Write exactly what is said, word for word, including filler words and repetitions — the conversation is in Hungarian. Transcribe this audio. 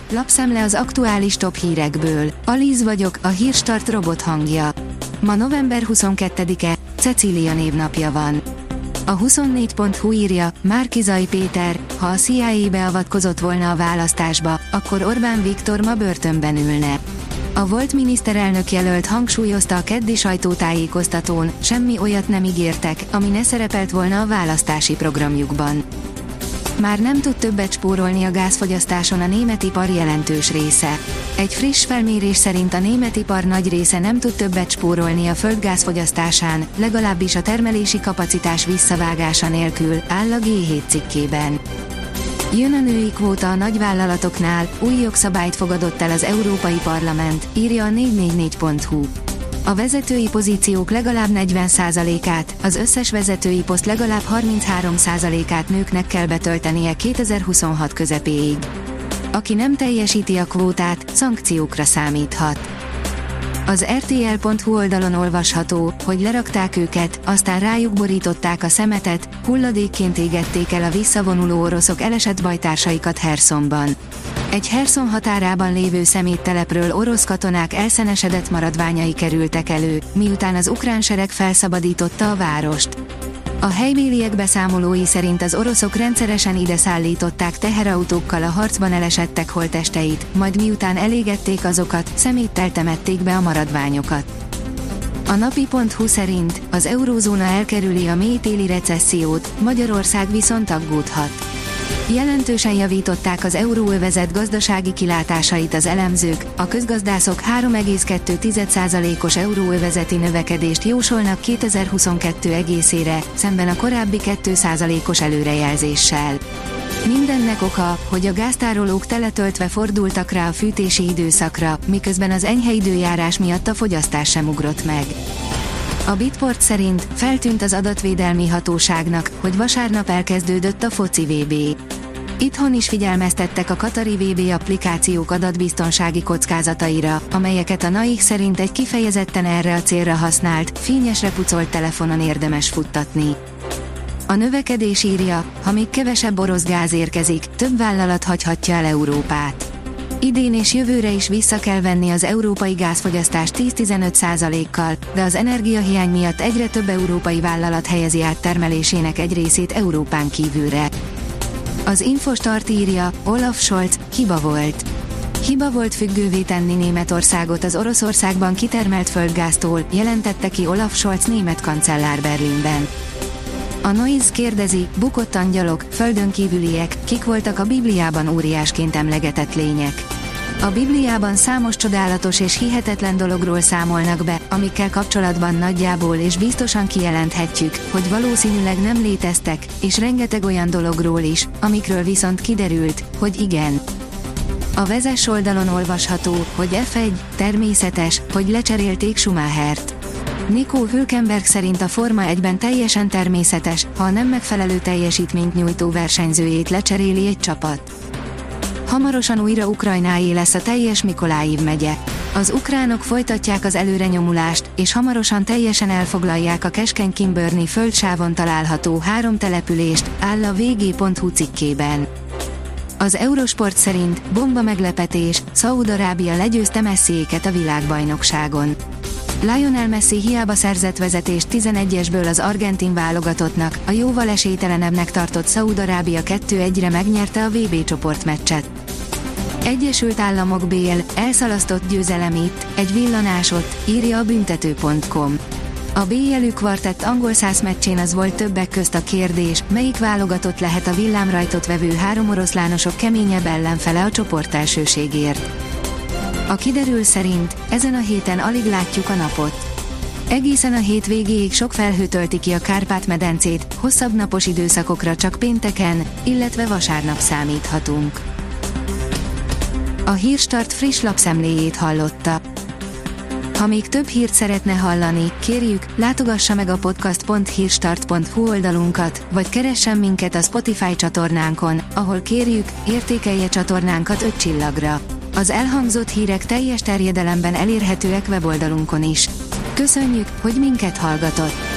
lapszemle az aktuális top hírekből. Alíz vagyok, a Hírstart robot hangja. Ma november huszonkettedike, Cecília névnapja van. A huszonnégy pont hu írja, Márki-Zay Péter, ha a C I A beavatkozott volna a választásba, akkor Orbán Viktor ma börtönben ülne. A volt miniszterelnök jelölt hangsúlyozta a keddi sajtótájékoztatón, semmi olyat nem ígértek, ami ne szerepelt volna a választási programjukban. Már nem tud többet spórolni a gázfogyasztáson a német ipar jelentős része. Egy friss felmérés szerint a német ipar nagy része nem tud többet spórolni a földgáz fogyasztásán, legalábbis a termelési kapacitás visszavágása nélkül, áll a G hét cikkében. Jön a női kvóta a nagyvállalatoknál, új jogszabályt fogadott el az Európai Parlament, írja a négy négy négy pont hu. A vezetői pozíciók legalább negyven százalékát, az összes vezetői poszt legalább harminchárom százalékát nőknek kell betöltenie kétezer-huszonhat közepéig. Aki nem teljesíti a kvótát, szankciókra számíthat. Az er té el pont hu oldalon olvasható, hogy lerakták őket, aztán rájuk borították a szemetet, hulladékként égették el a visszavonuló oroszok elesett bajtársaikat Hersonban. Egy Herson határában lévő szeméttelepről orosz katonák elszenesedett maradványai kerültek elő, miután az ukrán sereg felszabadította a várost. A helybéliek beszámolói szerint az oroszok rendszeresen ide szállították teherautókkal a harcban elesettek holttesteit, majd miután elégették azokat, szeméttel temették be a maradványokat. A napi pont hu szerint az eurózóna elkerüli a mélytéli recessziót, Magyarország viszont aggódhat. Jelentősen javították az euróövezet gazdasági kilátásait az elemzők, a közgazdászok három egész kettő százalékos euróövezeti növekedést jósolnak kétezer-huszonkettő egészére, szemben a korábbi két százalékos előrejelzéssel. Mindennek oka, hogy a gáztárolók teletöltve fordultak rá a fűtési időszakra, miközben az enyhe időjárás miatt a fogyasztás sem ugrott meg. A Bitport szerint feltűnt az adatvédelmi hatóságnak, hogy vasárnap elkezdődött a foci vé bé. Itthon is figyelmeztettek a katari vé bé applikációk adatbiztonsági kockázataira, amelyeket a naik szerint egy kifejezetten erre a célra használt, fényesre pucolt telefonon érdemes futtatni. A növekedés írja, ha még kevesebb orosz gáz érkezik, több vállalat hagyhatja el Európát. Idén és jövőre is vissza kell venni az európai gázfogyasztást tíz-tizenöt százalékkal, de az energiahiány miatt egyre több európai vállalat helyezi át termelésének egy részét Európán kívülre. Az Infostart írja, Olaf Scholz, hiba volt. Hiba volt függővé tenni Németországot az Oroszországban kitermelt földgáztól, jelentette ki Olaf Scholz német kancellár Berlinben. A Noise kérdezi, bukott angyalok, földön kívüliek, kik voltak a Bibliában óriásként emlegetett lények. A Bibliában számos csodálatos és hihetetlen dologról számolnak be, amikkel kapcsolatban nagyjából és biztosan kijelenthetjük, hogy valószínűleg nem léteztek, és rengeteg olyan dologról is, amikről viszont kiderült, hogy igen. A Vezess oldalon olvasható, hogy ef egy, természetes, hogy lecserélték Schumachert. Nico Hülkenberg szerint a Forma egyben teljesen természetes, ha a nem megfelelő teljesítményt nyújtó versenyzőjét lecseréli egy csapat. Hamarosan újra Ukrajnáé lesz a teljes Mikolájiv megye. Az ukránok folytatják az előrenyomulást, és hamarosan teljesen elfoglalják a keskeny Kimberni földsávon található három települést, áll a vé gé pont hu cikkében. Az Eurosport szerint bomba meglepetés, Szaúd-Arábia legyőzte Messiéket a világbajnokságon. Lionel Messi hiába szerzett vezetést tizenegyesből az argentin válogatottnak, a jóval esélytelenebbnek tartott Szaúd-Arábia kettő egyre megnyerte a vé bé csoportmeccset. Egyesült Államok bél, elszalasztott győzelem itt, egy villanás ott, írja a büntető pont com. A bé elű kvartett angol száz meccsén az volt többek közt a kérdés, melyik válogatott lehet a villámrajtot vevő három oroszlánosok keményebb ellenfele a csoportelsőségért. A kiderül szerint ezen a héten alig látjuk a napot. Egészen a hét végéig sok felhő tölti ki a Kárpát-medencét, hosszabb napos időszakokra csak pénteken, illetve vasárnap számíthatunk. A Hírstart friss lapszemléjét hallotta. Ha még több hírt szeretne hallani, kérjük, látogassa meg a podcast pont hírstart pont hu oldalunkat, vagy keressen minket a Spotify csatornánkon, ahol kérjük, értékelje csatornánkat öt csillagra. Az elhangzott hírek teljes terjedelemben elérhetőek weboldalunkon is. Köszönjük, hogy minket hallgatott!